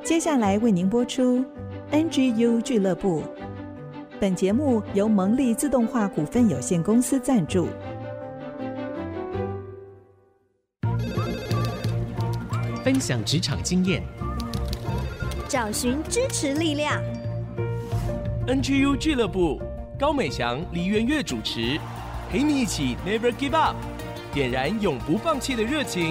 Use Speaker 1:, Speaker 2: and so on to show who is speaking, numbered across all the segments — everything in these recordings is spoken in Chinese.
Speaker 1: 接下来为您播出 NGU 俱乐部。本节目由蒙利自动化股份有限公司赞助。
Speaker 2: 分享职场经验，
Speaker 3: 找寻支持力量。
Speaker 4: NGU 俱乐部，高美翔、黎元月主持，陪你一起 Never Give Up， 点燃永不放弃的热情。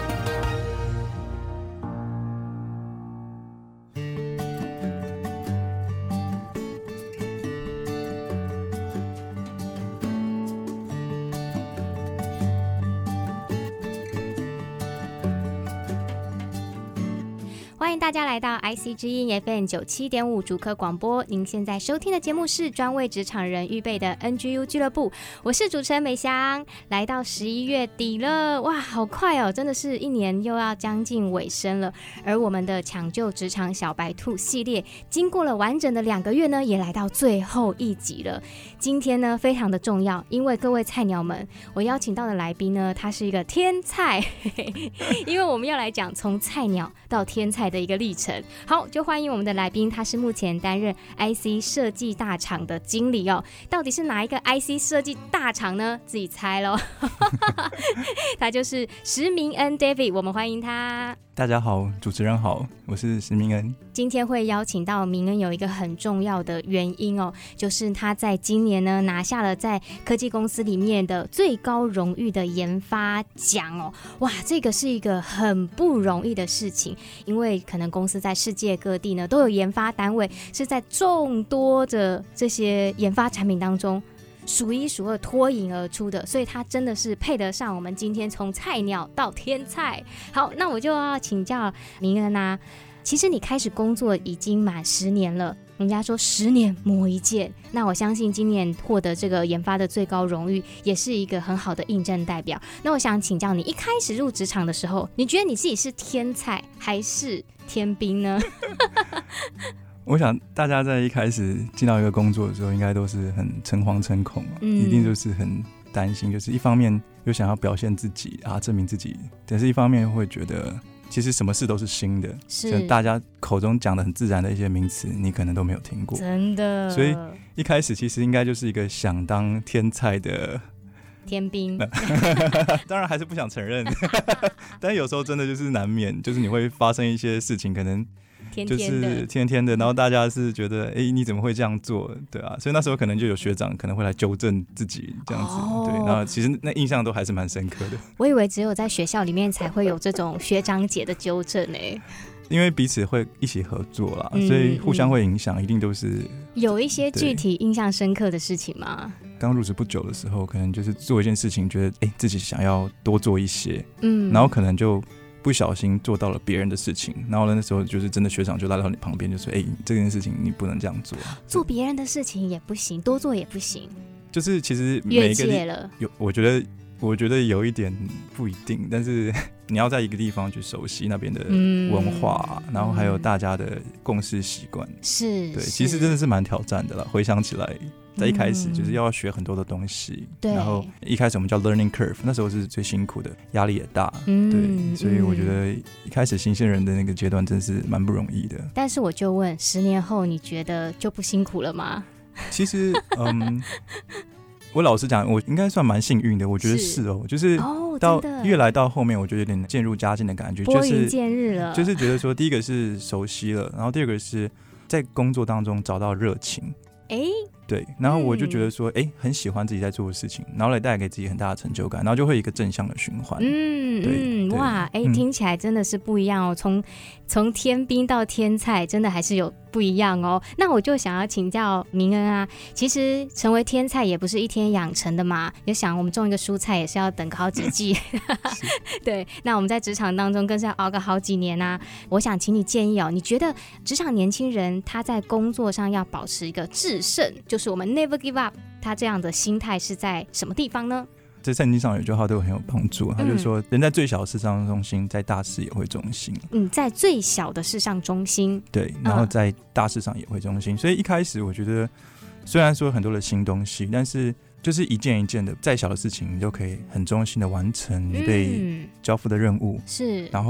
Speaker 5: 欢迎大家来到 IC 之音 FM 97.5主科广播，您现在收听的节目是专为职场人预备的 NGU 俱乐部，我是主持人美翔。来到11月底了，哇，好快哦，真的是一年又要将近尾声了。而我们的抢救职场小白兔系列，经过了完整的2个月呢，也来到最后一集了。今天呢，非常的重要，因为各位菜鸟们，我邀请到的来宾呢，他是一个天才，因为我们要来讲从菜鸟到天才的一个历程。好，就欢迎我们的来宾，他是目前担任 IC 设计大厂的经理哦。到底是哪一个 IC 设计大厂呢？自己猜咯。他就是石明恩 David， 我们欢迎他。
Speaker 6: 大家好，主持人好，我是石明恩。
Speaker 5: 今天会邀请到明恩有一个很重要的原因哦，就是他在今年呢拿下了在科技公司里面的最高荣誉的研发奖哦。哇，这个是一个很不容易的事情，因为可能公司在世界各地呢都有研发单位，是在众多的这些研发产品当中数一数二脱颖而出的，所以他真的是配得上我们今天从菜鸟到天才。好，那我就要请教明恩啊，其实你开始工作已经满10年了，人家说10年磨一剑，那我相信今年获得这个研发的最高荣誉也是一个很好的印证代表。那我想请教你，一开始入职场的时候，你觉得你自己是天才还是天兵呢？
Speaker 6: 我想大家在一开始进到一个工作的时候，应该都是很诚惶诚恐一定就是很担心，就是一方面又想要表现自己啊，证明自己，但是一方面会觉得其实什么事都是新的，是大家口中讲的很自然的一些名词，你可能都没有听过，
Speaker 5: 真的。
Speaker 6: 所以一开始其实应该就是一个想当天才的
Speaker 5: 天兵，
Speaker 6: 当然还是不想承认，但有时候真的就是难免，就是你会发生一些事情，可能就是天天的，然后大家是觉得你怎么会这样做，对啊，所以那时候可能就有学长可能会来纠正自己这样子，对，然后其实那印象都还是蛮深刻的。
Speaker 5: 我以为只有在学校里面才会有这种学长姐的纠正
Speaker 6: 因为彼此会一起合作啦，所以互相会影响，一定都是
Speaker 5: 有一些具体印象深刻的事情吗？
Speaker 6: 刚入职不久的时候，可能就是做一件事情，觉得自己想要多做一些，然后可能就不小心做到了别人的事情，然后那时候就是真的学长就来到你旁边就说这件事情你不能这样做，
Speaker 5: 做别人的事情也不行，多做也不行，
Speaker 6: 就是其实每一个
Speaker 5: 越界了。
Speaker 6: 我觉得有一点不一定，但是你要在一个地方去熟悉那边的文化，然后还有大家的共识习惯，
Speaker 5: 是，
Speaker 6: 对，其实真的是蛮挑战的啦。回想起来，在一开始就是要学很多的东西，然后一开始我们叫 learning curve， 那时候是最辛苦的，压力也大，对，所以我觉得一开始新鲜人的那个阶段真是蛮不容易的。
Speaker 5: 但是我就问，10年后你觉得就不辛苦了吗？
Speaker 6: 其实我老实讲，我应该算蛮幸运的，我觉得是就是到越来到后面，我觉得有点渐入佳境的感觉，
Speaker 5: 拨云见日了，
Speaker 6: 就是觉得说，第一个是熟悉了，然后第二个是在工作当中找到热情，对，然后我就觉得说，很喜欢自己在做的事情，然后来带给自己很大的成就感，然后就会有一个正向的循环。
Speaker 5: 哇，听起来真的是不一样哦，从天兵到天菜，真的还是有不一样哦。那我就想要请教明恩啊，其实成为天菜也不是一天养成的嘛，就想我们种一个蔬菜也是要等个好几季，对，那我们在职场当中更是要熬个好几年啊。我想请你建议哦，你觉得职场年轻人他在工作上要保持一个制胜，就是我们 never give up， 他这样的心态是在什么地方呢？
Speaker 6: 在圣经上有句话对我很有帮助，他就说人在最小的事上忠心，在大事也会忠心。
Speaker 5: 在最小的事上忠心，
Speaker 6: 对，然后在大事上也会忠心。所以一开始我觉得虽然说有很多的新东西，但是就是一件一件的，再小的事情你都可以很忠心的完成你被交付的任务，是，然后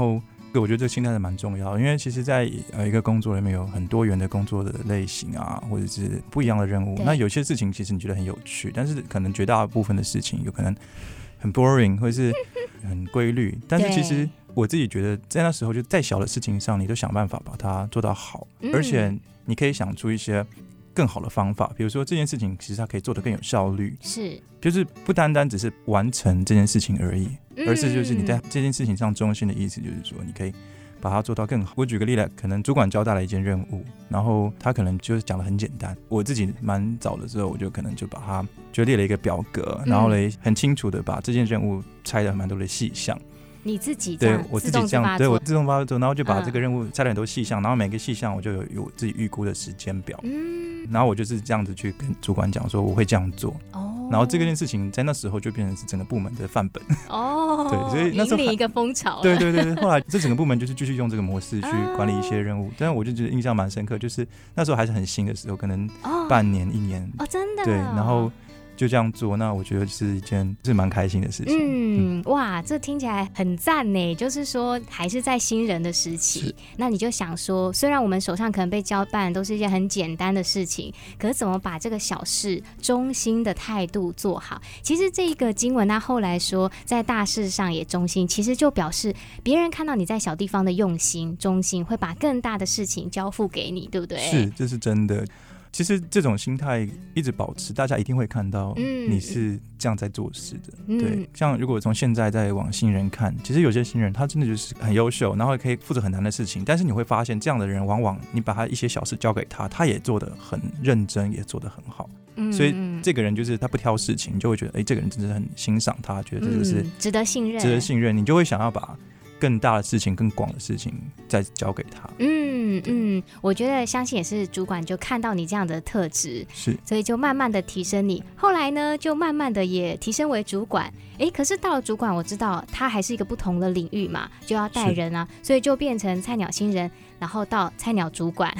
Speaker 6: 我觉得这个心态是蛮重要的，因为其实在一个工作里面有很多元的工作的类型啊，或者是不一样的任务。那有些事情其实你觉得很有趣，但是可能绝大部分的事情有可能很 boring 或者是很规律。但是其实我自己觉得在那时候就再小的事情上你都想办法把它做到好，而且你可以想出一些更好的方法，比如说这件事情其实它可以做得更有效率，
Speaker 5: 是
Speaker 6: 就是不单单只是完成这件事情而已，而是就是你在这件事情上中心的意思就是说你可以把它做到更好。我举个例来，可能主管交代了一件任务，然后他可能就是讲得很简单，我自己蛮早的时候我就可能就把它就列了一个表格，然后嘞很清楚的把这件任务拆了蛮多的细项。
Speaker 5: 你自己这样，
Speaker 6: 对我自己这样，对我自动发做，然后就把这个任务拆了很多细项，然后每个细项我就有自己预估的时间表，然后我就是这样子去跟主管讲说我会这样做，然后这件事情在那时候就变成是整个部门的范本对，所以那时候
Speaker 5: 引领一个风潮。
Speaker 6: 对，后来这整个部门就是继续用这个模式去管理一些任务，但是我就觉得印象蛮深刻，就是那时候还是很新的时候，可能半年1年
Speaker 5: 真的
Speaker 6: 对，然后就这样做，那我觉得是一件是蛮开心的事情。
Speaker 5: 哇，这听起来很赞呢。就是说，还是在新人的时期，那你就想说，虽然我们手上可能被交办都是一件很简单的事情，可是怎么把这个小事忠心的态度做好？其实这个经文他后来说，在大事上也忠心，其实就表示别人看到你在小地方的用心、忠心，会把更大的事情交付给你，对不对？
Speaker 6: 是，这是真的。其实这种心态一直保持，大家一定会看到你是这样在做事的。对，像如果从现在再往新人看，其实有些新人他真的就是很优秀，然后可以负责很难的事情，但是你会发现这样的人往往你把他一些小事交给他，他也做得很认真，也做得很好。所以这个人就是他不挑事情，你就会觉得这个人真的很欣赏他，觉得这个是
Speaker 5: 值得信任，
Speaker 6: 你就会想要把更大的事情、更广的事情再交给他。
Speaker 5: 我觉得相信也是主管就看到你这样的特质，
Speaker 6: 是，
Speaker 5: 所以就慢慢的提升你。后来呢，就慢慢的也提升为主管。可是到了主管，我知道他还是一个不同的领域嘛，就要带人啊，所以就变成菜鸟新人，然后到菜鸟主管。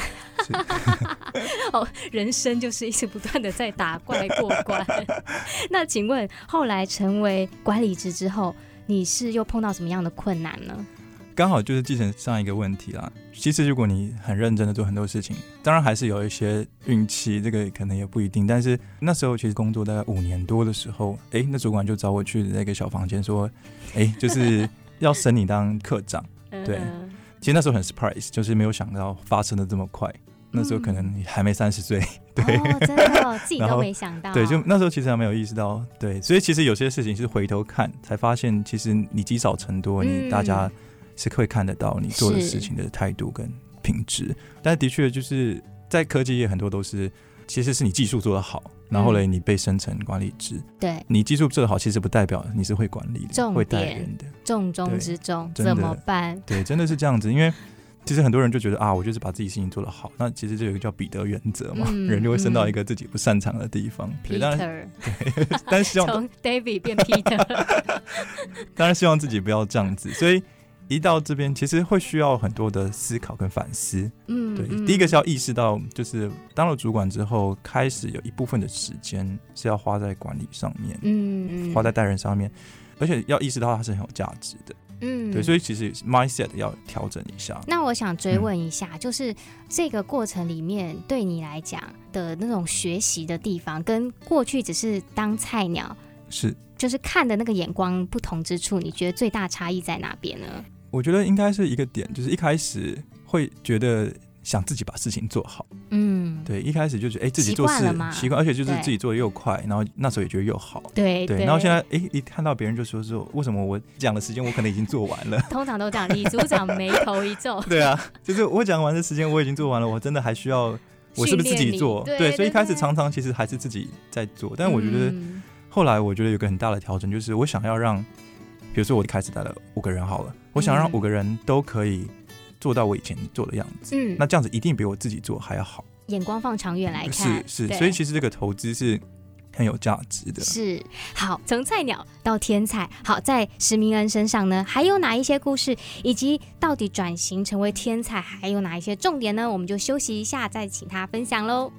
Speaker 5: 人生就是一直不断的在打怪过关。那请问后来成为管理职之后，你是又碰到什么样的困难呢？
Speaker 6: 刚好就是继承上一个问题啦。其实如果你很认真的做很多事情，当然还是有一些运气，这个可能也不一定。但是那时候其实工作大概5年多的时候，那主管就找我去那个小房间说，就是要升你当科长。对，其实那时候很 surprise， 就是没有想到发生的这么快。那时候可能还没30岁，对，
Speaker 5: 真的自己都没想到。
Speaker 6: 对，就那时候其实还没有意识到，对，所以其实有些事情是回头看才发现，其实你积少成多，你大家是会看得到你做的事情的态度跟品质。但的确就是在科技业很多都是，其实是你技术做得好，然后你被升成管理职。
Speaker 5: 对，
Speaker 6: 你技术做得好，其实不代表你是会管理的，会带人的。
Speaker 5: 重中之重，怎么办？
Speaker 6: 对，真的是这样子，因为其实很多人就觉得我就是把自己事情做得好，那其实就有一个叫彼得原则嘛，人就会升到一个自己不擅长的地方。
Speaker 5: Peter，
Speaker 6: 对，但希望
Speaker 5: 从 David 变 Peter，
Speaker 6: 当然希望自己不要这样子，所以一到这边其实会需要很多的思考跟反思。对，第一个是要意识到，就是当了主管之后，开始有一部分的时间是要花在管理上面，花在带人上面，而且要意识到它是很有价值的。对，所以其实 mindset 要调整一下。
Speaker 5: 那我想追问一下，就是这个过程里面对你来讲的那种学习的地方，跟过去只是当菜鸟就是看的那个眼光不同之处，你觉得最大差异在哪边呢？
Speaker 6: 我觉得应该是一个点，就是一开始会觉得想自己把事情做好。对，一开始就觉得自己做事习惯，而且就是自己做的又快，然后那时候也觉得又好。对，然后现在一看到别人就说为什么我讲的时间我可能已经做完了。
Speaker 5: 通常都这样，李组长眉头一皱。
Speaker 6: 对啊，就是我讲完的时间我已经做完了，我真的还需要我是不是自己做？对，所以一开始常常其实还是自己在做，但我觉得后来我觉得有个很大的调整，就是我想要让，比如说我一开始带了5个人好了，我想让5个人都可以做到我以前做的样子。那这样子一定比我自己做还要好。
Speaker 5: 眼光放长远来看，
Speaker 6: 是，所以其实这个投资是很有价值的。
Speaker 5: 是，好，从菜鸟到天才，好，在石明恩身上呢，还有哪一些故事，以及到底转型成为天才还有哪一些重点呢？我们就休息一下，再请他分享喽。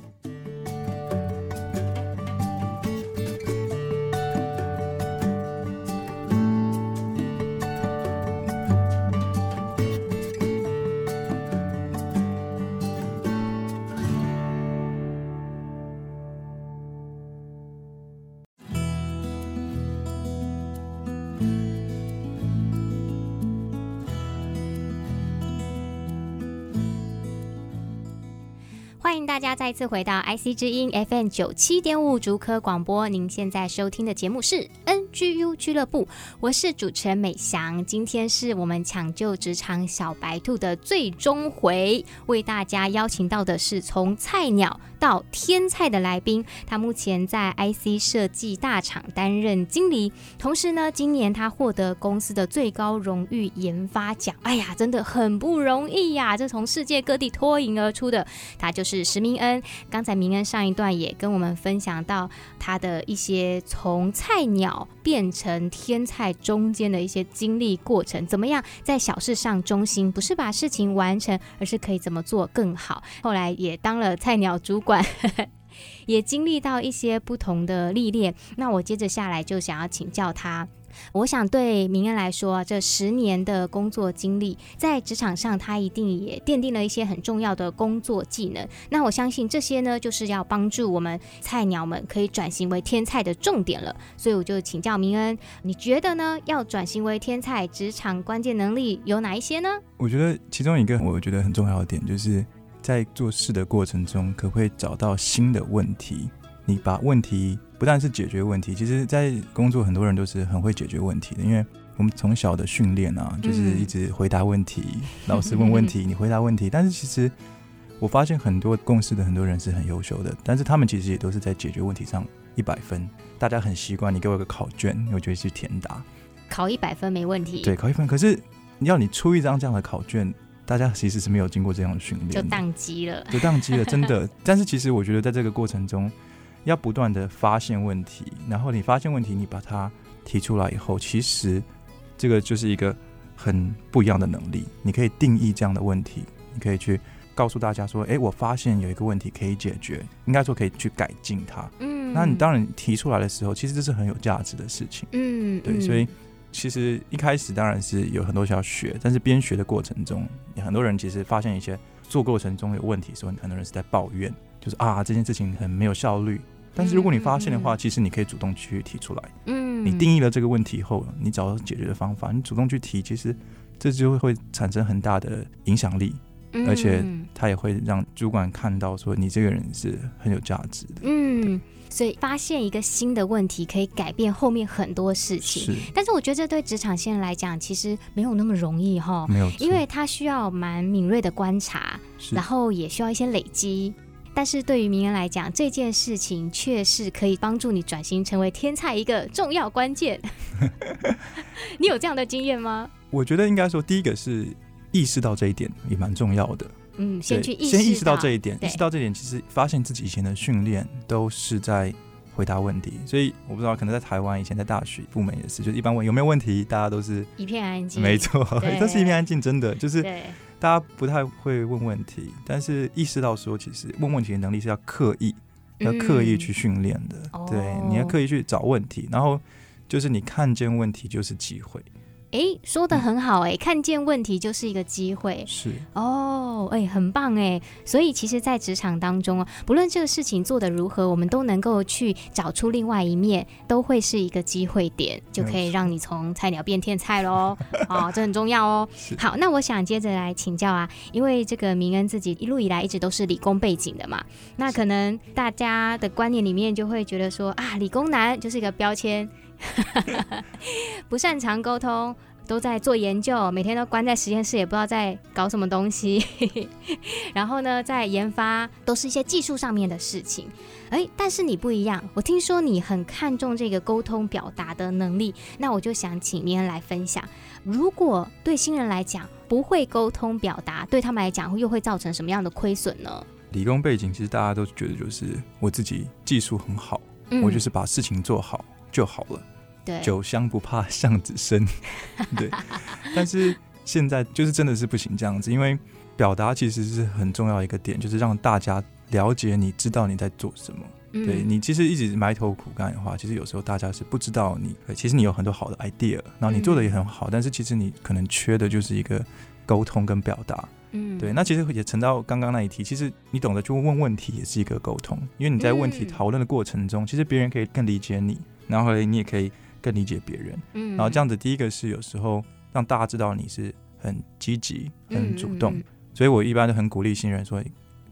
Speaker 5: 欢迎大家再次回到 IC 之音 FM 97.5竹科广播。您现在收听的节目是 NGU 俱乐部，我是主持人美翔。今天是我们抢救职场小白兔的最终回，为大家邀请到的是从菜鸟到天菜的来宾。他目前在 IC 设计大厂担任经理，同时呢，今年他获得公司的最高荣誉研发奖。哎呀，真的很不容易呀！这从世界各地脱颖而出的，他就是石明恩。刚才明恩上一段也跟我们分享到他的一些从菜鸟变成天菜中间的一些经历过程，怎么样在小事上忠心，不是把事情完成，而是可以怎么做更好。后来也当了菜鸟主管也经历到一些不同的历练。那我接着下来就想要请教他，我想对明恩来说，这10年的工作经历，在职场上他一定也奠定了一些很重要的工作技能。那我相信这些呢，就是要帮助我们菜鸟们可以转型为天菜的重点了。所以我就请教明恩，你觉得呢？要转型为天菜，职场关键能力有哪一些呢？
Speaker 6: 我觉得其中一个我觉得很重要的点，就是在做事的过程中，可不可以找到新的问题？你把问题不但是解决问题，其实在工作很多人都是很会解决问题的，因为我们从小的训练啊，就是一直回答问题，老师问问题你回答问题。但是其实我发现很多共事的很多人是很优秀的，但是他们其实也都是在解决问题上100分。大家很习惯你给我一个考卷，我就会去填答，考
Speaker 5: 100分没问题。
Speaker 6: 对，考1分。可是要你出一张这样的考卷，大家其实是没有经过这样的训练，
Speaker 5: 就宕机了，
Speaker 6: 真的。但是其实我觉得在这个过程中，要不断的发现问题，然后你发现问题，你把它提出来以后，其实这个就是一个很不一样的能力。你可以定义这样的问题，你可以去告诉大家说，我发现有一个问题可以解决，应该说可以去改进它。那你当然提出来的时候，其实这是很有价值的事情。对，所以其实一开始当然是有很多需要学，但是边学的过程中，很多人其实发现一些做过程中有问题的时候，很多人是在抱怨，就是这件事情很没有效率。但是如果你发现的话，其实你可以主动去提出来。你定义了这个问题后，你找到解决的方法，你主动去提，其实这就会产生很大的影响力。而且它也会让主管看到说你这个人是很有价值的。
Speaker 5: 所以发现一个新的问题可以改变后面很多事情。但是我觉得这对职场新人来讲其实没有那么容易齁，没有，因为它需要蛮敏锐的观察，然后也需要一些累积。但是对于明恩来讲，这件事情却是可以帮助你转型成为天菜一个重要关键。你有这样的经验吗？
Speaker 6: 我觉得应该说第一个是意识到这一点也蛮重要的。
Speaker 5: 先
Speaker 6: 意识到这一点，其实发现自己以前的训练都是在回答问题，所以我不知道，可能在台湾以前在大学部门也是，就是一般问有没有问题，大家都是
Speaker 5: 一片安静。
Speaker 6: 没错，都是一片安静，真的就是大家不太会问问题，但是意识到说，其实问问题的能力是要刻意去训练的。对，你要刻意去找问题，然后就是你看见问题就是机会。
Speaker 5: 说得很好看见问题就是一个机会。
Speaker 6: 是
Speaker 5: 很棒所以其实在职场当中不论这个事情做得如何，我们都能够去找出另外一面，都会是一个机会点，就可以让你从菜鸟变天菜咯。这很重要哦。好，那我想接着来请教因为这个明恩自己一路以来一直都是理工背景的嘛，那可能大家的观念里面就会觉得说理工男就是一个标签，不擅长沟通，都在做研究，每天都关在实验室，也不知道在搞什么东西。然后呢，在研发都是一些技术上面的事情。但是你不一样，我听说你很看重这个沟通表达的能力，那我就想请明恩来分享，如果对新人来讲不会沟通表达，对他们来讲又会造成什么样的亏损呢？
Speaker 6: 理工背景其实大家都觉得就是我自己技术很好，我就是把事情做好就好了。对，酒香不怕巷子深。对，但是现在就是真的是不行这样子，因为表达其实是很重要的一个点，就是让大家了解你，知道你在做什么。对，你其实一直埋头苦干的话，其实有时候大家是不知道其实你有很多好的 idea， 然后你做的也很好，但是其实你可能缺的就是一个沟通跟表达。对，那其实也承到刚刚那一题，其实你懂得去问问题也是一个沟通，因为你在问题讨论的过程中，其实别人可以更理解你，然后你也可以更理解别人。然后这样子，第一个是有时候让大家知道你是很积极、很主动，所以我一般都很鼓励新人说，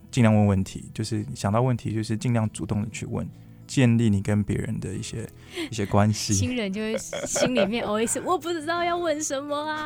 Speaker 6: 尽量问问题，就是想到问题就是尽量主动的去问，建立你跟别人的一些关系。
Speaker 5: 新人就会心里面 OS 我不知道要问什么啊。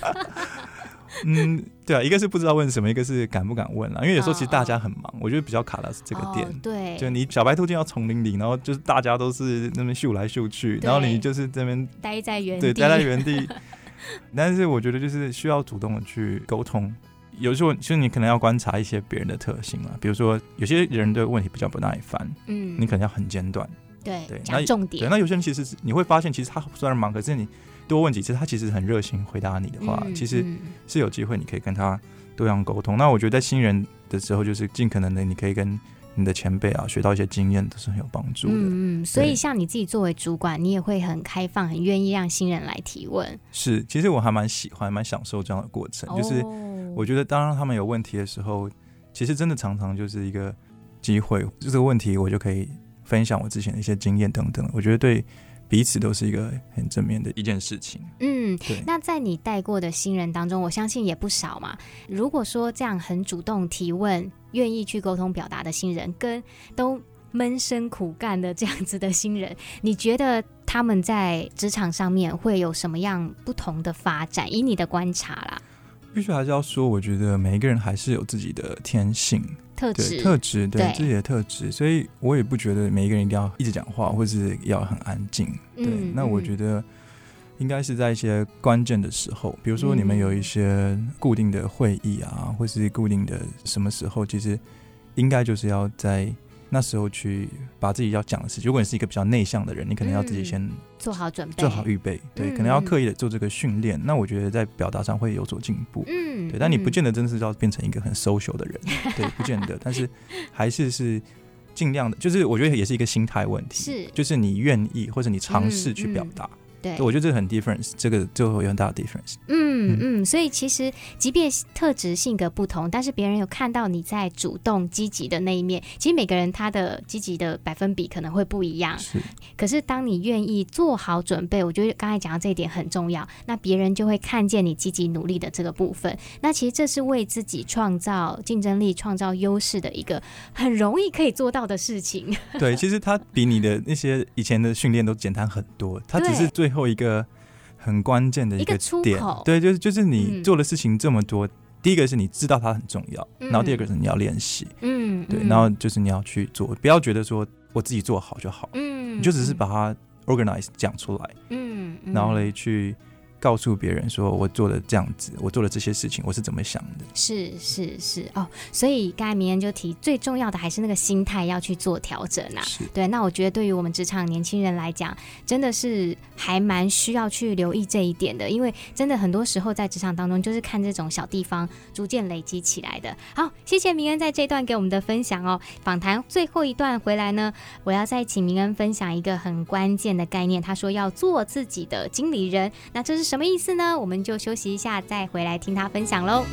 Speaker 6: 对啊，一个是不知道问什么，一个是敢不敢问啦。因为有时候其实大家很忙，我觉得比较卡的是这个点。
Speaker 5: 对，
Speaker 6: 就你小白兔进到丛林里，然后就是大家都是那边咻来咻去，然后你就是这边
Speaker 5: 待在原地，
Speaker 6: 对，待在原地。但是我觉得就是需要主动的去沟通。有时候就是你可能要观察一些别人的特性嘛，比如说有些人的问题比较不耐烦，你可能要很简短，
Speaker 5: 对，讲重点。
Speaker 6: 对，那有些人其实你会发现，其实他虽然忙，可是你多问几次，他其实很热心回答你的话，其实是有机会你可以跟他多样沟通。那我觉得在新人的时候，就是尽可能的你可以跟你的前辈啊学到一些经验，都是很有帮助的。
Speaker 5: 所以像你自己作为主管，你也会很开放，很愿意让新人来提问。
Speaker 6: 是，其实我还蛮喜欢、蛮享受这样的过程。就是我觉得当他们有问题的时候，其实真的常常就是一个机会，这个问题我就可以分享我之前的一些经验等等。我觉得对彼此都是一个很正面的一件事情。
Speaker 5: 对。那在你带过的新人当中，我相信也不少嘛。如果说这样很主动提问、愿意去沟通表达的新人，跟都闷声苦干的这样子的新人，你觉得他们在职场上面会有什么样不同的发展？以你的观察啦。
Speaker 6: 必须还是要说，我觉得每一个人还是有自己的天性。特质，对自己的特质，所以我也不觉得每一个人一定要一直讲话，或是要很安静。对，那我觉得应该是在一些关键的时候，比如说你们有一些固定的会议啊，或是固定的什么时候，其实应该就是要在那时候去把自己要讲的事情。如果你是一个比较内向的人，你可能要自己先
Speaker 5: 做好准备，
Speaker 6: 做好预备，对，可能要刻意的做这个训练。那我觉得在表达上会有所进步，对。但你不见得真的是要变成一个很 social 的人，对，不见得。但是还是尽量的，就是我觉得也是一个心态问题，就是你愿意或者你尝试去表达。对，我觉得这个很 difference， 这个就会有很大的 difference。
Speaker 5: 所以其实即便特质性格不同，但是别人有看到你在主动积极的那一面，其实每个人他的积极的百分比可能会不一样。可是当你愿意做好准备，我觉得刚才讲到这一点很重要，那别人就会看见你积极努力的这个部分。那其实这是为自己创造竞争力、创造优势的一个很容易可以做到的事情。
Speaker 6: 对，其实它比你的那些以前的训练都简单很多，它只是最后一个很关键的一个点。对，就是你做的事情这么多，第一个是你知道它很重要，然后第二个是你要练习，对，然后就是你要去做，不要觉得说我自己做好就好，你就只是把它 organize 讲出来，然后来去告诉别人说我做的这样子，我做的这些事情我是怎么想的。是
Speaker 5: 所以刚才明恩就提最重要的还是那个心态要去做调整啊。对，那我觉得对于我们职场年轻人来讲，真的是还蛮需要去留意这一点的，因为真的很多时候在职场当中就是看这种小地方逐渐累积起来的。好，谢谢明恩在这段给我们的分享哦。访谈最后一段回来呢，我要再请明恩分享一个很关键的概念，他说要做自己的经理人，那这是什么意思呢？我们就休息一下再回来听他分享咯。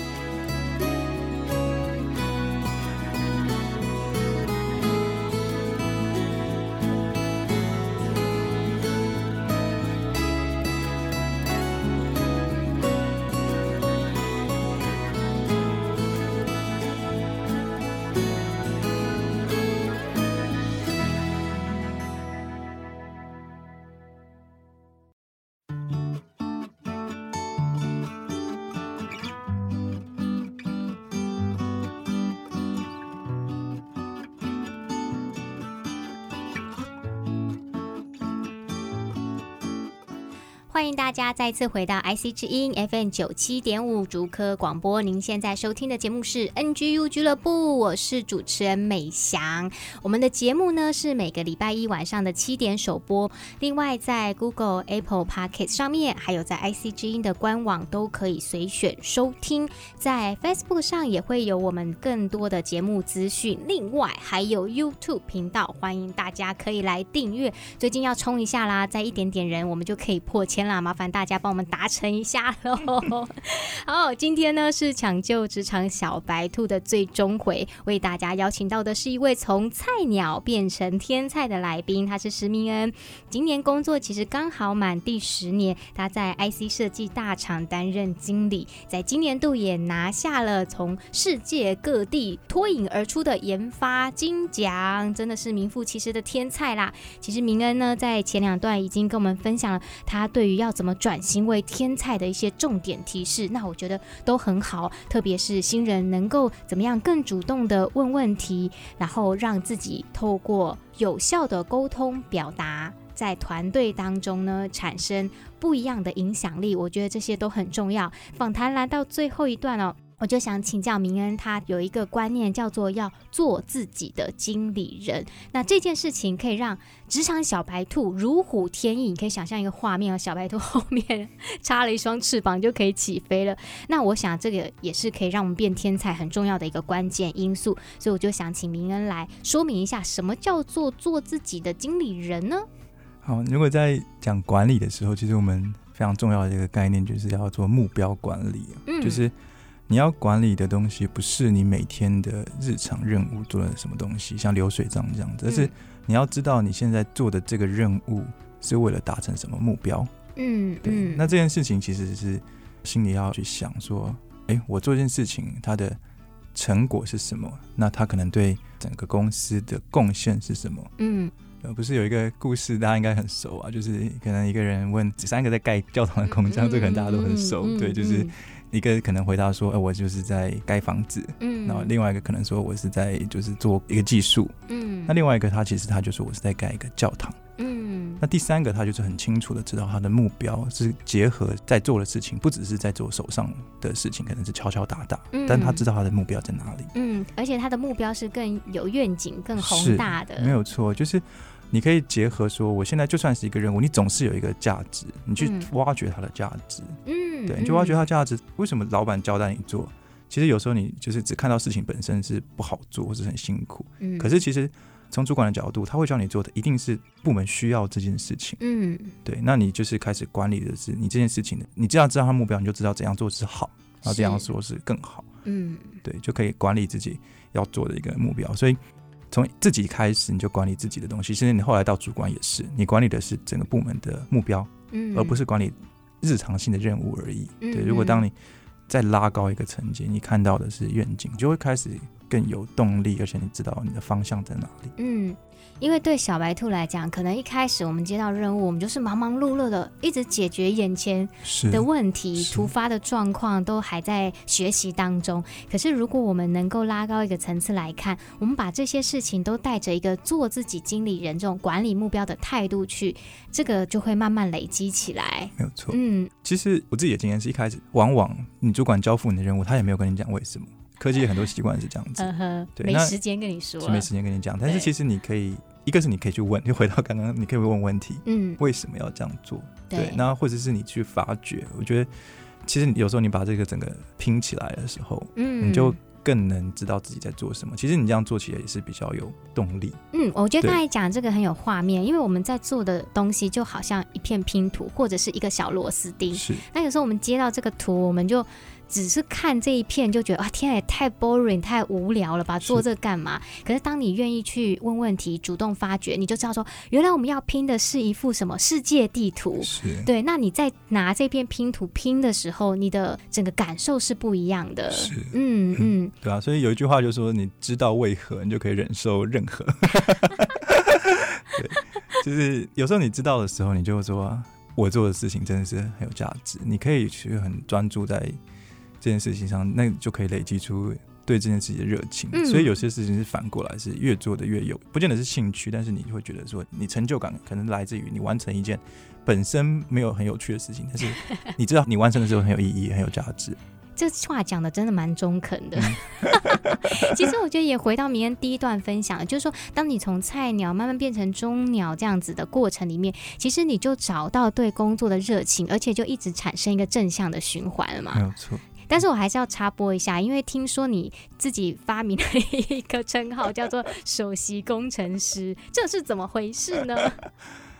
Speaker 5: 欢迎大家再次回到 IC 之音 FM 97.5竹科广播，您现在收听的节目是 NGU 俱乐部，我是主持人美翔。我们的节目呢是每个礼拜一晚上的7点首播，另外在 Google、Apple Podcast 上面，还有在 IC 之音的官网都可以随选收听，在 Facebook 上也会有我们更多的节目资讯，另外还有 YouTube 频道，欢迎大家可以来订阅。最近要冲一下啦，再一点点人我们就可以破1000 间啦，麻烦大家帮我们达成一下咯。好，今天呢是抢救职场小白兔的最终回，为大家邀请到的是一位从菜鸟变成天菜的来宾，他是施明恩。今年工作其实刚好满第10年，他在 IC 设计大厂担任经理，在今年度也拿下了从世界各地脱颖而出的研发金奖，真的是名副其实的天菜啦。其实明恩呢在前2段已经跟我们分享了他对于要怎么转型为天菜的一些重点提示，那我觉得都很好，特别是新人能够怎么样更主动的问问题，然后让自己透过有效的沟通表达，在团队当中呢产生不一样的影响力，我觉得这些都很重要。访谈来到最后一段哦，我就想请教明恩，他有一个观念叫做要做自己的经理人。那这件事情可以让职场小白兔如虎添翼，你可以想象一个画面，小白兔后面插了一双翅膀就可以起飞了。那我想这个也是可以让我们变天才很重要的一个关键因素，所以我就想请明恩来说明一下，什么叫做做自己的经理人呢？
Speaker 6: 好，如果在讲管理的时候，其实我们非常重要的一个概念就是要做目标管理，就是你要管理的东西不是你每天的日常任务做了什么东西，像流水账这样子，而是你要知道你现在做的这个任务是为了达成什么目标。对，那这件事情其实是心里要去想说，我做这件事情它的成果是什么，那它可能对整个公司的贡献是什么。不是有一个故事大家应该很熟啊，就是可能一个人问3个在盖教堂的工匠，这可能大家都很熟。对，就是一个可能回答说，我就是在盖房子，然后另外一个可能说我是在就是做一个技术，那另外一个他其实他就说我是在盖一个教堂，那第3个他就是很清楚的知道他的目标是结合在做的事情，不只是在做手上的事情，可能是敲敲打打，但他知道他的目标在哪里，
Speaker 5: 而且他的目标是更有愿景更宏大的。
Speaker 6: 没有错，就是你可以结合说我现在就算是一个任务，你总是有一个价值，你去挖掘它的价值，对，你去挖掘它的价值。为什么老板交代你做，其实有时候你就是只看到事情本身是不好做或是很辛苦，可是其实从主管的角度，他会叫你做的一定是部门需要这件事情，对，那你就是开始管理的是你这件事情的，你只要知道他目标，你就知道怎样做是好，然后这样做是更好，对，就可以管理自己要做的一个目标。所以从自己开始你就管理自己的东西，甚至你后来到主管也是，你管理的是整个部门的目标，而不是管理日常性的任务而已。对，如果当你再拉高一个层级，你看到的是愿景，就会开始更有动力，而且你知道你的方向在哪里。
Speaker 5: 因为对小白兔来讲，可能一开始我们接到任务，我们就是忙忙碌碌的一直解决眼前的问题，突发的状况都还在学习当中。可是如果我们能够拉高一个层次来看，我们把这些事情都带着一个做自己经理人这种管理目标的态度去，这个就会慢慢累积起来。
Speaker 6: 没有错。其实我自己的经验是一开始往往你主管交付你的任务，他也没有跟你讲为什么。科技很多习惯是这样子，对，
Speaker 5: 没时间跟你说，
Speaker 6: 没时间跟你讲。但是其实你可以，一个是你可以去问，就回到刚刚，你可以问问题，为什么要这样做？对，那或者是你去发掘。我觉得其实有时候你把这个整个拼起来的时候，你就更能知道自己在做什么。其实你这样做起来也是比较有动力。
Speaker 5: 我觉得刚才讲这个很有画面，因为我们在做的东西就好像一片拼图，或者是一个小螺丝钉。是，那有时候我们接到这个图，我们就只是看这一片就觉得天啊，也太 boring 太无聊了吧，做这干嘛？可是当你愿意去问问题，主动发掘，你就知道说原来我们要拼的是一幅什么世界地图。对，那你在拿这片拼图拼的时候，你的整个感受是不一样的。
Speaker 6: 对啊，所以有一句话就说你知道为何，你就可以忍受任何对，就是有时候你知道的时候，你就会说我做的事情真的是很有价值，你可以去很专注在这件事情上，那就可以累积出对这件事情的热情。所以有些事情是反过来，是越做的越有，不见得是兴趣，但是你会觉得说你成就感可能来自于你完成一件本身没有很有趣的事情，但是你知道你完成的时候很有意义很有价值。
Speaker 5: 这话讲的真的蛮中肯的其实我觉得也回到明恩第一段分享，就是说当你从菜鸟慢慢变成中鸟这样子的过程里面，其实你就找到对工作的热情，而且就一直产生一个正向的循环了嘛。
Speaker 6: 没有错。
Speaker 5: 但是我还是要插播一下，因为听说你自己发明了一个称号叫做首席工程师，这是怎么回事呢？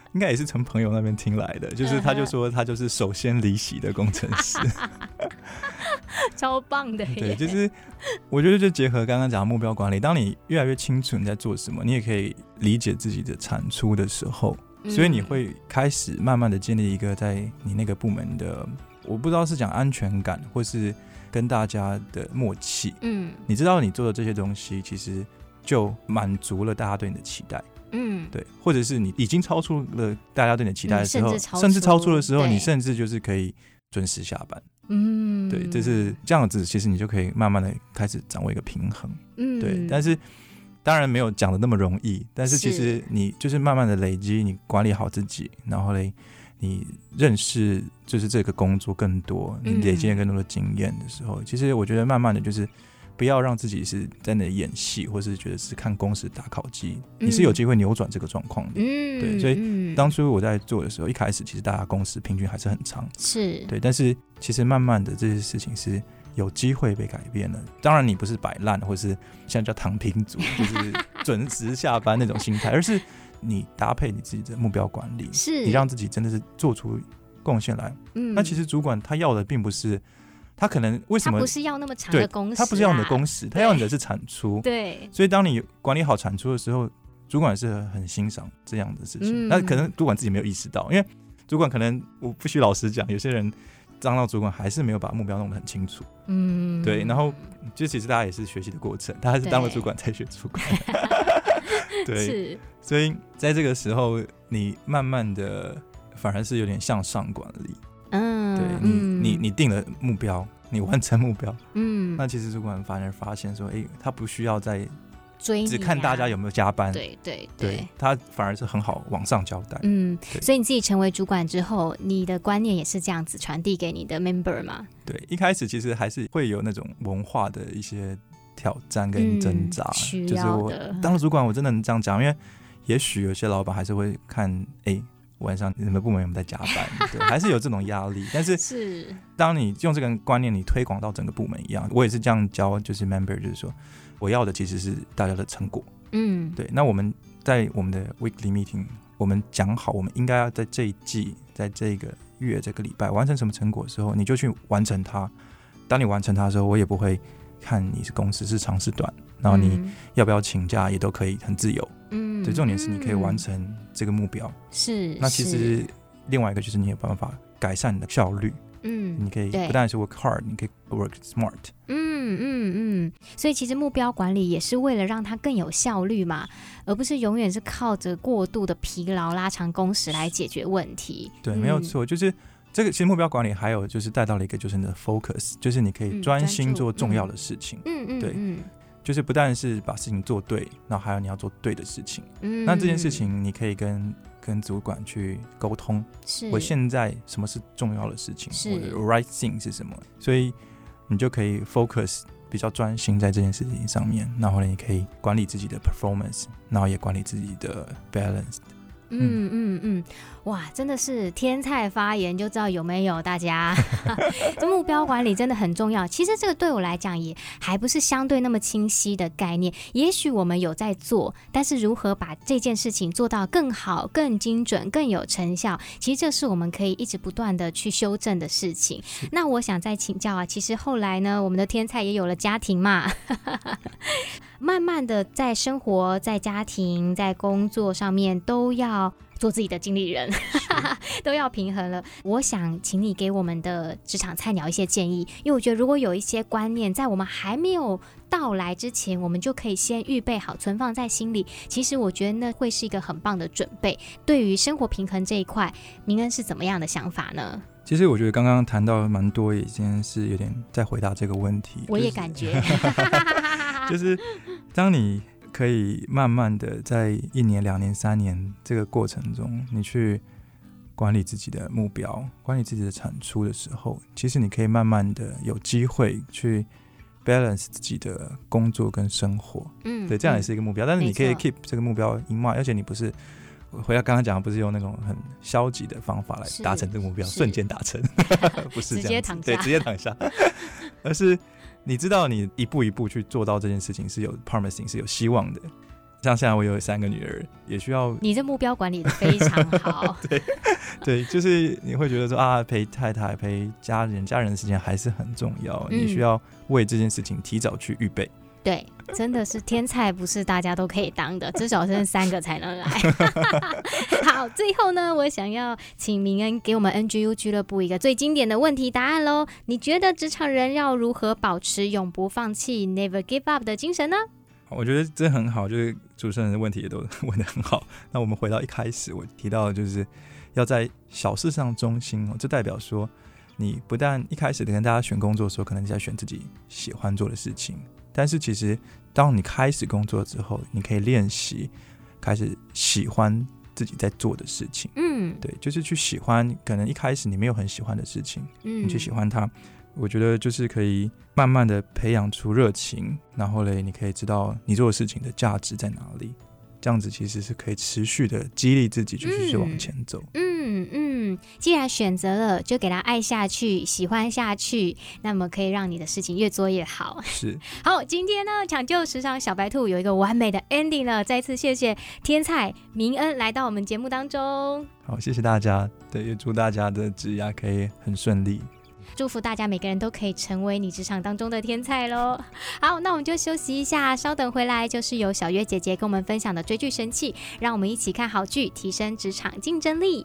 Speaker 6: 应该也是从朋友那边听来的，就是他就说他就是首先离席的工程师。
Speaker 5: 超棒的耶。
Speaker 6: 对，就是我觉得就结合刚刚讲的目标管理，当你越来越清楚你在做什么，你也可以理解自己的产出的时候，所以你会开始慢慢的建立一个在你那个部门的，我不知道是讲安全感或是跟大家的默契。你知道你做的这些东西其实就满足了大家对你的期待。对，或者是你已经超出了大家对你的期待的时候，甚至超出的时候，你甚至就是可以准时下班。对，就是这样子，其实你就可以慢慢的开始掌握一个平衡。对，但是当然没有讲的那么容易，但是其实你就是慢慢的累积，你管理好自己，然后嘞，你认识就是这个工作更多，你累积更多的经验的时候，其实我觉得慢慢的就是不要让自己是在那里演戏，或是觉得是看公司打考绩，你是有机会扭转这个状况的。对，所以当初我在做的时候，一开始其实大家公司平均还是很长，是对，但是其实慢慢的这些事情是有机会被改变的。当然你不是摆烂，或是现在叫躺平族，就是准时下班那种心态，而是你搭配你自己的目标管理，是你让自己真的是做出贡献来。那其实主管他要的并不是，他可能为什么他
Speaker 5: 不是要那么长的工时，
Speaker 6: 他不是要你的工时，他要你的是产出。对，所以当你管理好产出的时候，主管是很欣赏这样的事情。那可能主管自己没有意识到，因为主管可能我必须老实讲，有些人当到主管还是没有把目标弄得很清楚。对，然后就其实大家也是学习的过程，大家是当了主管才学主管。对，所以在这个时候，你慢慢的反而是有点向上管理。对，你定了目标，你完成目标，那其实主管反而发现说，他不需要再追你，只看大家有没有加班，对，他反而是很好往上交代。
Speaker 5: 所以你自己成为主管之后，你的观念也是这样子传递给你的 member 吗？
Speaker 6: 对，一开始其实还是会有那种文化的一些挑战跟挣扎，就是我当了主管，我真的能这样讲，因为也许有些老板还是会看，晚上你们部门有没有在加班？对，还是有这种压力。但是当你用这个观念，你推广到整个部门一样，我也是这样教，就是 member， 就是说，我要的其实是大家的成果。对。那我们在我们的 weekly meeting， 我们讲好，我们应该要在这一季，在这个月、这个礼拜完成什么成果的时候，你就去完成它。当你完成它的时候，我也不会看你是公司是长是短，然后你要不要请假也都可以很自由。对，重点是你可以完成这个目标。那其实另外一个就是你有办法改善你的效率。你可以不但是 work hard， 你可以 work smart。
Speaker 5: 所以其实目标管理也是为了让它更有效率嘛，而不是永远是靠着过度的疲劳拉长工时来解决问题。
Speaker 6: 对，没有错，就是这个其实目标管理还有就是带到了一个就是你的 focus， 就是你可以专心做重要的事情。对，就是不但是把事情做对，然后还有你要做对的事情。那这件事情你可以跟主管去沟通，我现在什么是重要的事情，我的 right thing 是什么，所以你就可以 focus 比较专心在这件事情上面，然后你可以管理自己的 performance， 然后也管理自己的 balance。
Speaker 5: 哇，真的是天才发言，就知道有没有大家。这目标管理真的很重要。其实这个对我来讲也还不是相对那么清晰的概念，也许我们有在做，但是如何把这件事情做到更好、更精准、更有成效，其实这是我们可以一直不断的去修正的事情。那我想再请教其实后来呢，我们的天才也有了家庭嘛。慢慢的在生活、在家庭、在工作上面都要做自己的经理人，都要平衡了。我想请你给我们的职场菜鸟一些建议，因为我觉得如果有一些观念在我们还没有到来之前，我们就可以先预备好，存放在心里。其实我觉得那会是一个很棒的准备。对于生活平衡这一块，明恩是怎么样的想法呢？
Speaker 6: 其实我觉得刚刚谈到蛮多，已经是有点在回答这个问题。
Speaker 5: 我也感觉，
Speaker 6: 就是当你可以慢慢的在1年、2年、3年这个过程中，你去管理自己的目标，管理自己的产出的时候，其实你可以慢慢的有机会去 balance 自己的工作跟生活。对，这样也是一个目标。但是你可以 keep 这个目标 in mind， 而且你不是回到刚刚讲的，不是用那种很消极的方法来达成这个目标，瞬间达成，不是这样子，对，直接躺下，而是你知道你一步一步去做到这件事情是有 promising， 是有希望的。 像现在我有3个女儿，也需要
Speaker 5: 你这目标管理的非常好。
Speaker 6: 对，就是你会觉得说啊，陪太太陪家人的时间还是很重要，你需要为这件事情提早去预备。
Speaker 5: 对，真的是天菜不是大家都可以当的，至少是3个才能来。好，最后呢，我想要请明恩给我们 NGU 俱乐部一个最经典的问题答案咯。你觉得职场人要如何保持永不放弃 Never Give Up 的精神呢？
Speaker 6: 我觉得这很好，就是主持人的问题也都问得很好。那我们回到一开始我提到的，就是要在小事上忠心，这代表说你不但一开始跟大家选工作的时候，可能在选自己喜欢做的事情，但是其实当你开始工作之后，你可以练习开始喜欢自己在做的事情。对，就是去喜欢可能一开始你没有很喜欢的事情，你去喜欢它，我觉得就是可以慢慢的培养出热情，然后你可以知道你做的事情的价值在哪里，这样子其实是可以持续的激励自己继续往前走。
Speaker 5: 既然选择了，就给他爱下去，喜欢下去，那么可以让你的事情越做越好。
Speaker 6: 是。
Speaker 5: 好，今天呢，抢救时尚小白兔有一个完美的 ending 了，再次谢谢天才明恩来到我们节目当中。
Speaker 6: 好，谢谢大家，对，也祝大家的职涯可以很顺利。
Speaker 5: 祝福大家每个人都可以成为你职场当中的天才咯。好，那我们就休息一下，稍等回来就是由小月姐姐跟我们分享的追剧神器，让我们一起看好剧，提升职场竞争力。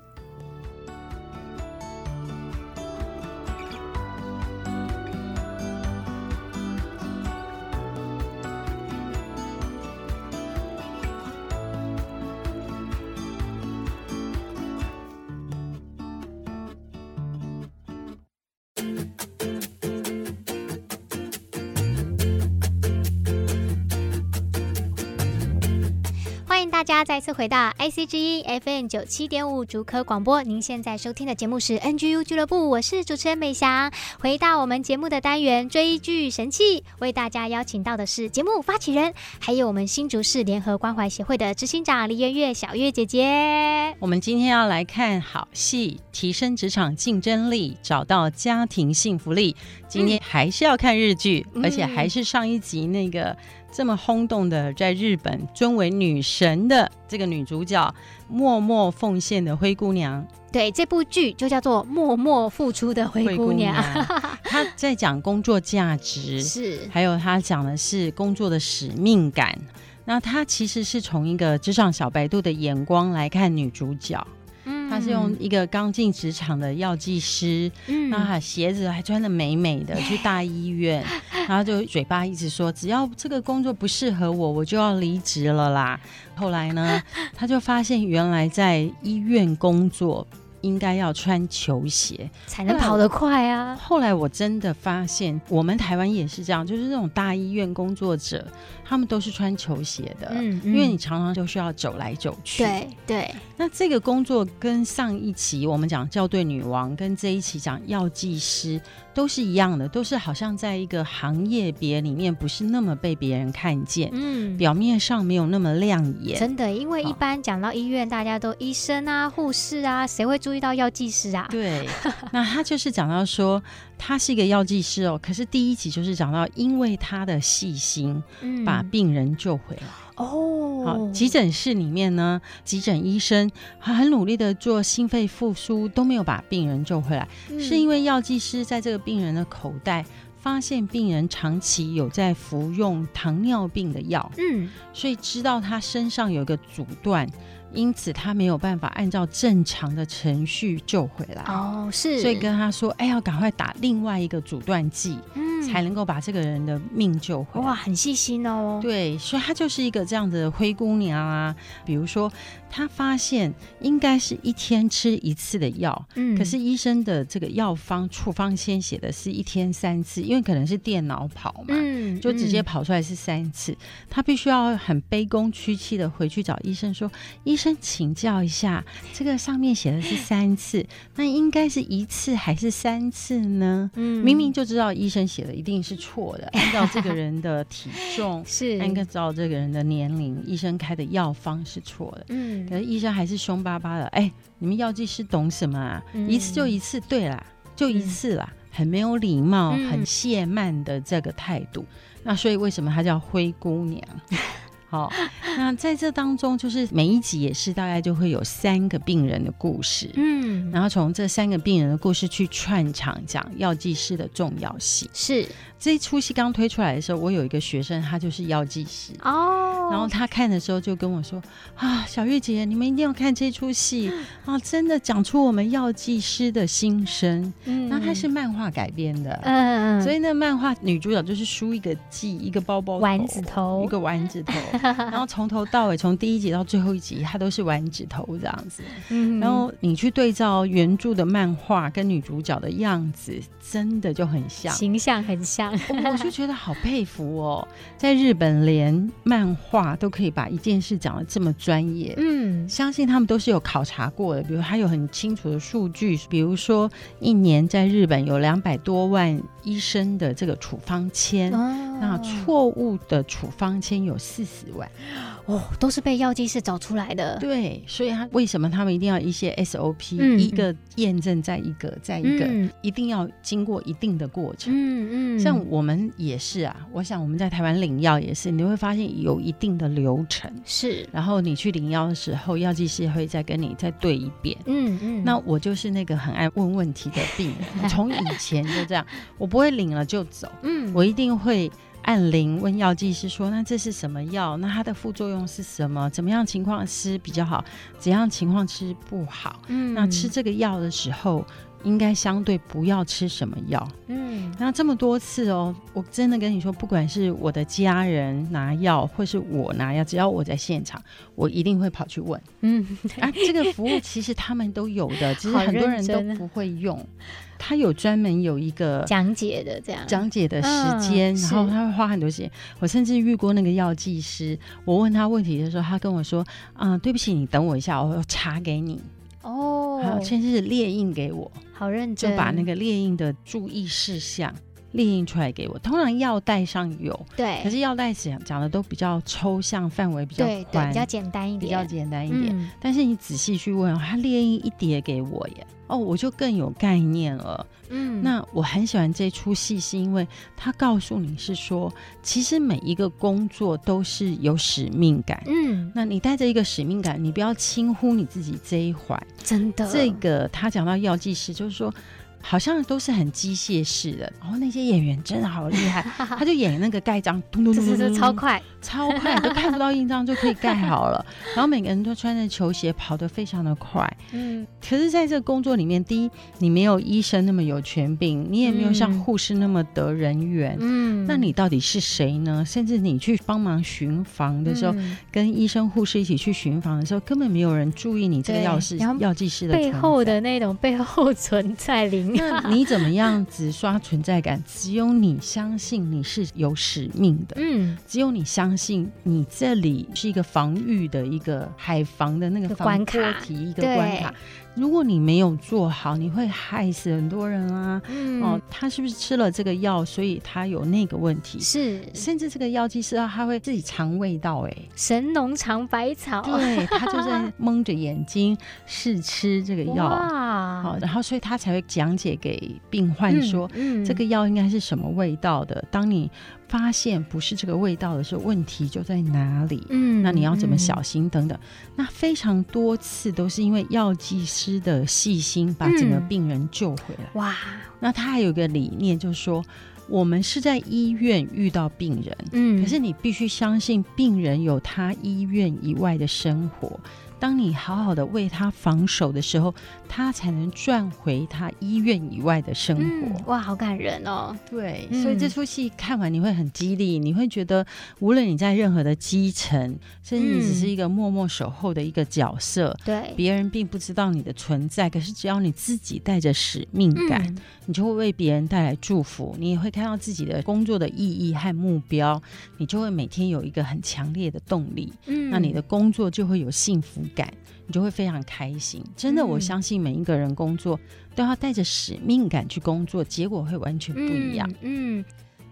Speaker 5: 大家再次回到 IC 之音 FM 97.5 竹科广播，您现在收听的节目是 NGU 俱乐部，我是主持人美翔。回到我们节目的单元追剧神器，为大家邀请到的是节目发起人，还有我们新竹市联合关怀协会的执行长黎媛月小月姐姐。
Speaker 7: 我们今天要来看好戏，提升职场竞争力，找到家庭幸福力。今天还是要看日剧，而且还是上一集那个这么轰动的，在日本尊为女神的这个女主角默默奉献的灰姑娘。
Speaker 5: 对，这部剧就叫做默默付出的灰姑娘。
Speaker 7: 她在讲工作价值，
Speaker 5: 是，
Speaker 7: 还有她讲的是工作的使命感。那她其实是从一个职场小白兔的眼光来看女主角。他是用一个刚进职场的药剂师，那他鞋子还穿得美美的去大医院，然后就嘴巴一直说只要这个工作不适合我，我就要离职了啦。后来呢，他就发现原来在医院工作应该要穿球鞋
Speaker 5: 才能跑得快啊。
Speaker 7: 后来我真的发现我们台湾也是这样，就是那种大医院工作者他们都是穿球鞋的，因为你常常就需要走来走去。
Speaker 5: 对，
Speaker 7: 那这个工作跟上一期我们讲校对女王跟这一期讲药剂师都是一样的，都是好像在一个行业别里面不是那么被别人看见，表面上没有那么亮眼。
Speaker 5: 真的，因为一般讲到医院，大家都医生啊、护士啊，谁会注意到药剂师啊？
Speaker 7: 对，那他就是讲到说他是一个药剂师哦，可是第一集就是讲到因为他的细心，把病人救回来。好，急诊室里面呢，急诊医生很努力的做心肺复苏，都没有把病人救回来，是因为药剂师在这个病人的口袋发现病人长期有在服用糖尿病的药，所以知道他身上有一个阻断，因此他没有办法按照正常的程序救回来。
Speaker 5: 是，
Speaker 7: 所以跟他说要赶快打另外一个阻断剂，才能够把这个人的命救回来。
Speaker 5: 哇，很细心哦。
Speaker 7: 对，所以他就是一个这样的灰姑娘啊。比如说他发现应该是一天吃1次的药，可是医生的这个药方处方签写的是1天3次，因为可能是电脑跑嘛，就直接跑出来是3次。他必须要很卑躬屈膝的回去找医生说，医生请教一下，这个上面写的是3次，那应该是1次还是3次呢？明明就知道医生写的一定是错的，按照这个人的体重是按照这个人的年龄，医生开的药方是错的。可是医生还是凶巴巴的，你们药剂师懂什么啊？1次就1次，对啦，就1次啦，很没有礼貌，很懈慢的这个态度。那所以为什么她叫灰姑娘？ 好，那在这当中，就是每一集也是大概就会有3个病人的故事，然后从这3个病人的故事去串场讲药剂师的重要性。
Speaker 5: 是
Speaker 7: 这一出戏刚推出来的时候，我有一个学生，他就是药剂师哦，然后他看的时候就跟我说啊，小月姐，你们一定要看这出戏啊，真的讲出我们药剂师的心声。那它是漫画改编的，所以那漫画女主角就是梳一个髻，一个包包头，
Speaker 5: 丸子头，
Speaker 7: 一个丸子头，然后从头到尾，从第1集到最后1集，它都是丸子头这样子。然后你去对照原著的漫画跟女主角的样子，真的就很像，
Speaker 5: 形象很像。
Speaker 7: 我就觉得好佩服哦，在日本连漫画都可以把一件事讲得这么专业，相信他们都是有考察过的。比如他有很清楚的数据，比如说1年在日本有200多万医生的这个处方签，那错误的处方签有40万
Speaker 5: 都是被药剂师找出来的。
Speaker 7: 对，所以为什么他们一定要一些 SOP，一个验证再一个再一个，一定要经过一定的过程。像我们也是啊，我想我们在台湾领药也是，你会发现有一定的流程，
Speaker 5: 是，
Speaker 7: 然后你去领药的时候，药剂师会再跟你再对一遍。那我就是那个很爱问问题的病人，从以前就这样，我不会领了就走，我一定会按铃问药剂师说，那这是什么药？那它的副作用是什么？怎么样情况吃比较好？怎样情况吃不好？那吃这个药的时候应该相对不要吃什么药。那这么多次哦，我真的跟你说，不管是我的家人拿药或是我拿药，只要我在现场，我一定会跑去问。这个服务其实他们都有的，只是很多人都不会用。他有专门有一个
Speaker 5: 讲解的，这样
Speaker 7: 讲解的时间，然后他会花很多时间。我甚至遇过那个药剂师，我问他问题的时候，他跟我说对不起，你等我一下，我查给你。好，先是列印给我，
Speaker 5: 好认真，
Speaker 7: 就把那个列印的注意事项列印出来给我。通常药袋上有，
Speaker 5: 对，
Speaker 7: 可是药袋讲的都比较抽象，范围比较宽，
Speaker 5: 对，比较简单一点，
Speaker 7: 比较简单一点。但是你仔细去问，他列印一叠给我耶，我就更有概念了。那我很喜欢这出戏，是因为他告诉你是说，其实每一个工作都是有使命感。那你带着一个使命感，你不要轻忽你自己这一环。真的，这个他讲到药剂师，就是说好像都是很机械式的，然后那些演员真的好厉害，他就演那个盖章，咚咚咚咚咚，
Speaker 5: 超快，
Speaker 7: 都看不到印章就可以盖好了。然后每个人都穿着球鞋，跑得非常的快。可是在这个工作里面，第一，你没有医生那么有权柄，你也没有像护士那么得人缘。那你到底是谁呢？甚至你去帮忙巡房的时候，跟医生护士一起去巡房的时候，根本没有人注意你这个药剂师的
Speaker 5: 背后的那种背后存在灵。
Speaker 7: 那你怎么样子刷存在感？只有你相信你是有使命的，只有你相信你这里是一个防御的一个海防的那个关卡，一个关卡。如果你没有做好，你会害死很多人啊。他是不是吃了这个药，所以他有那个问题？是，甚至这个药剂师他会自己尝味道，
Speaker 5: 神农尝百草。
Speaker 7: 对，他就在蒙着眼睛试吃这个药。好，然后所以他才会讲解给病患说，这个药应该是什么味道的。当你发现不是这个味道的时候，问题就在哪里？那你要怎么小心等等。那非常多次都是因为药剂师的细心，把整个病人救回来。哇！那他还有一个理念，就是说，我们是在医院遇到病人，可是你必须相信病人有他医院以外的生活。当你好好的为他防守的时候，他才能赚回他医院以外的生活。
Speaker 5: 哇，好感人哦。
Speaker 7: 对，所以这出戏看完你会很激励，你会觉得无论你在任何的基层，甚至你只是一个默默守候的一个角色，对，别人并不知道你的存在，可是只要你自己带着使命感，你就会为别人带来祝福，你也会看到自己的工作的意义和目标，你就会每天有一个很强烈的动力。那你的工作就会有幸福感，你就会非常开心。真的，我相信每一个人工作都要带着使命感去工作，结果会完全不一样。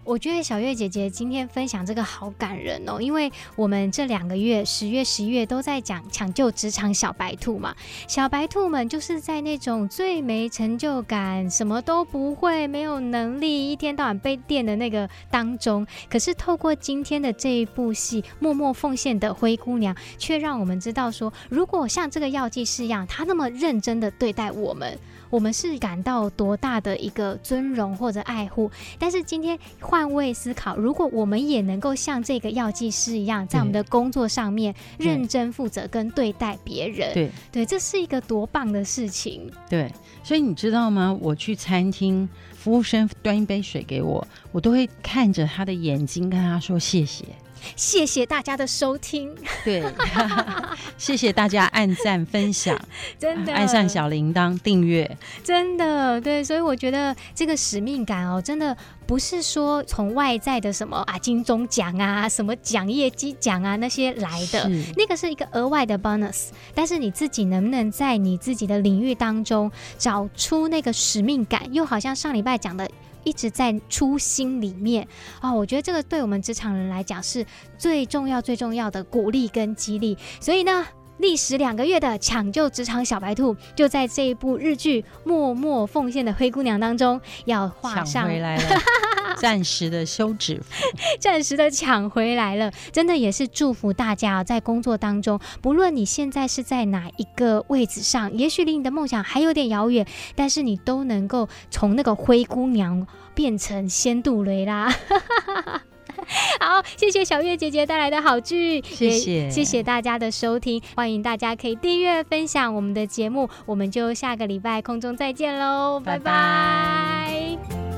Speaker 5: 我觉得小月姐姐今天分享这个好感人哦，因为我们这2个月10月11月都在讲抢救职场小白兔嘛，小白兔们就是在那种最没成就感、什么都不会、没有能力、一天到晚被电的那个当中，可是透过今天的这一部戏《默默奉献的灰姑娘》，却让我们知道说，如果像这个药剂师一样，他那么认真的对待我们是感到多大的一个尊荣或者爱护。但是今天换位思考，如果我们也能够像这个药剂师一样，在我们的工作上面认真负责跟对待别人，对，这是一个多棒的事情。
Speaker 7: 对，所以你知道吗？我去餐厅，服务生端一杯水给我，我都会看着他的眼睛跟他说谢谢。
Speaker 5: 谢谢大家的收听，
Speaker 7: 对，谢谢大家按赞分享，
Speaker 5: 真的按
Speaker 7: 上小铃铛订阅，
Speaker 5: 真的对，所以我觉得这个使命感哦，真的不是说从外在的什么金钟奖啊、什么奖业绩奖啊那些来的，那个是一个额外的 bonus， 但是你自己能不能在你自己的领域当中找出那个使命感，又好像上礼拜讲的一直在初心里面我觉得这个对我们职场人来讲是最重要的鼓励跟激励。所以呢，历时2个月的抢救职场小白兔，就在这一部日剧《默默奉献的灰姑娘》当中要画上
Speaker 7: 抢回来了暂时的休止符，
Speaker 5: 暂时的抢回来了。真的也是祝福大家在工作当中，不论你现在是在哪一个位置上，也许离你的梦想还有点遥远，但是你都能够从那个灰姑娘变成仙杜蕾啦好，谢谢小月姐姐带来的好剧，谢谢大家的收听，欢迎大家可以订阅分享我们的节目，我们就下个礼拜空中再见喽，拜拜。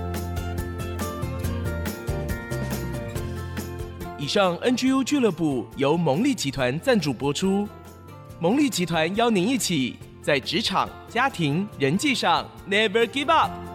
Speaker 4: 以上 NGU 俱乐部由蒙利集团赞助播出，蒙利集团邀您一起在职场、家庭、人际上 Never Give Up。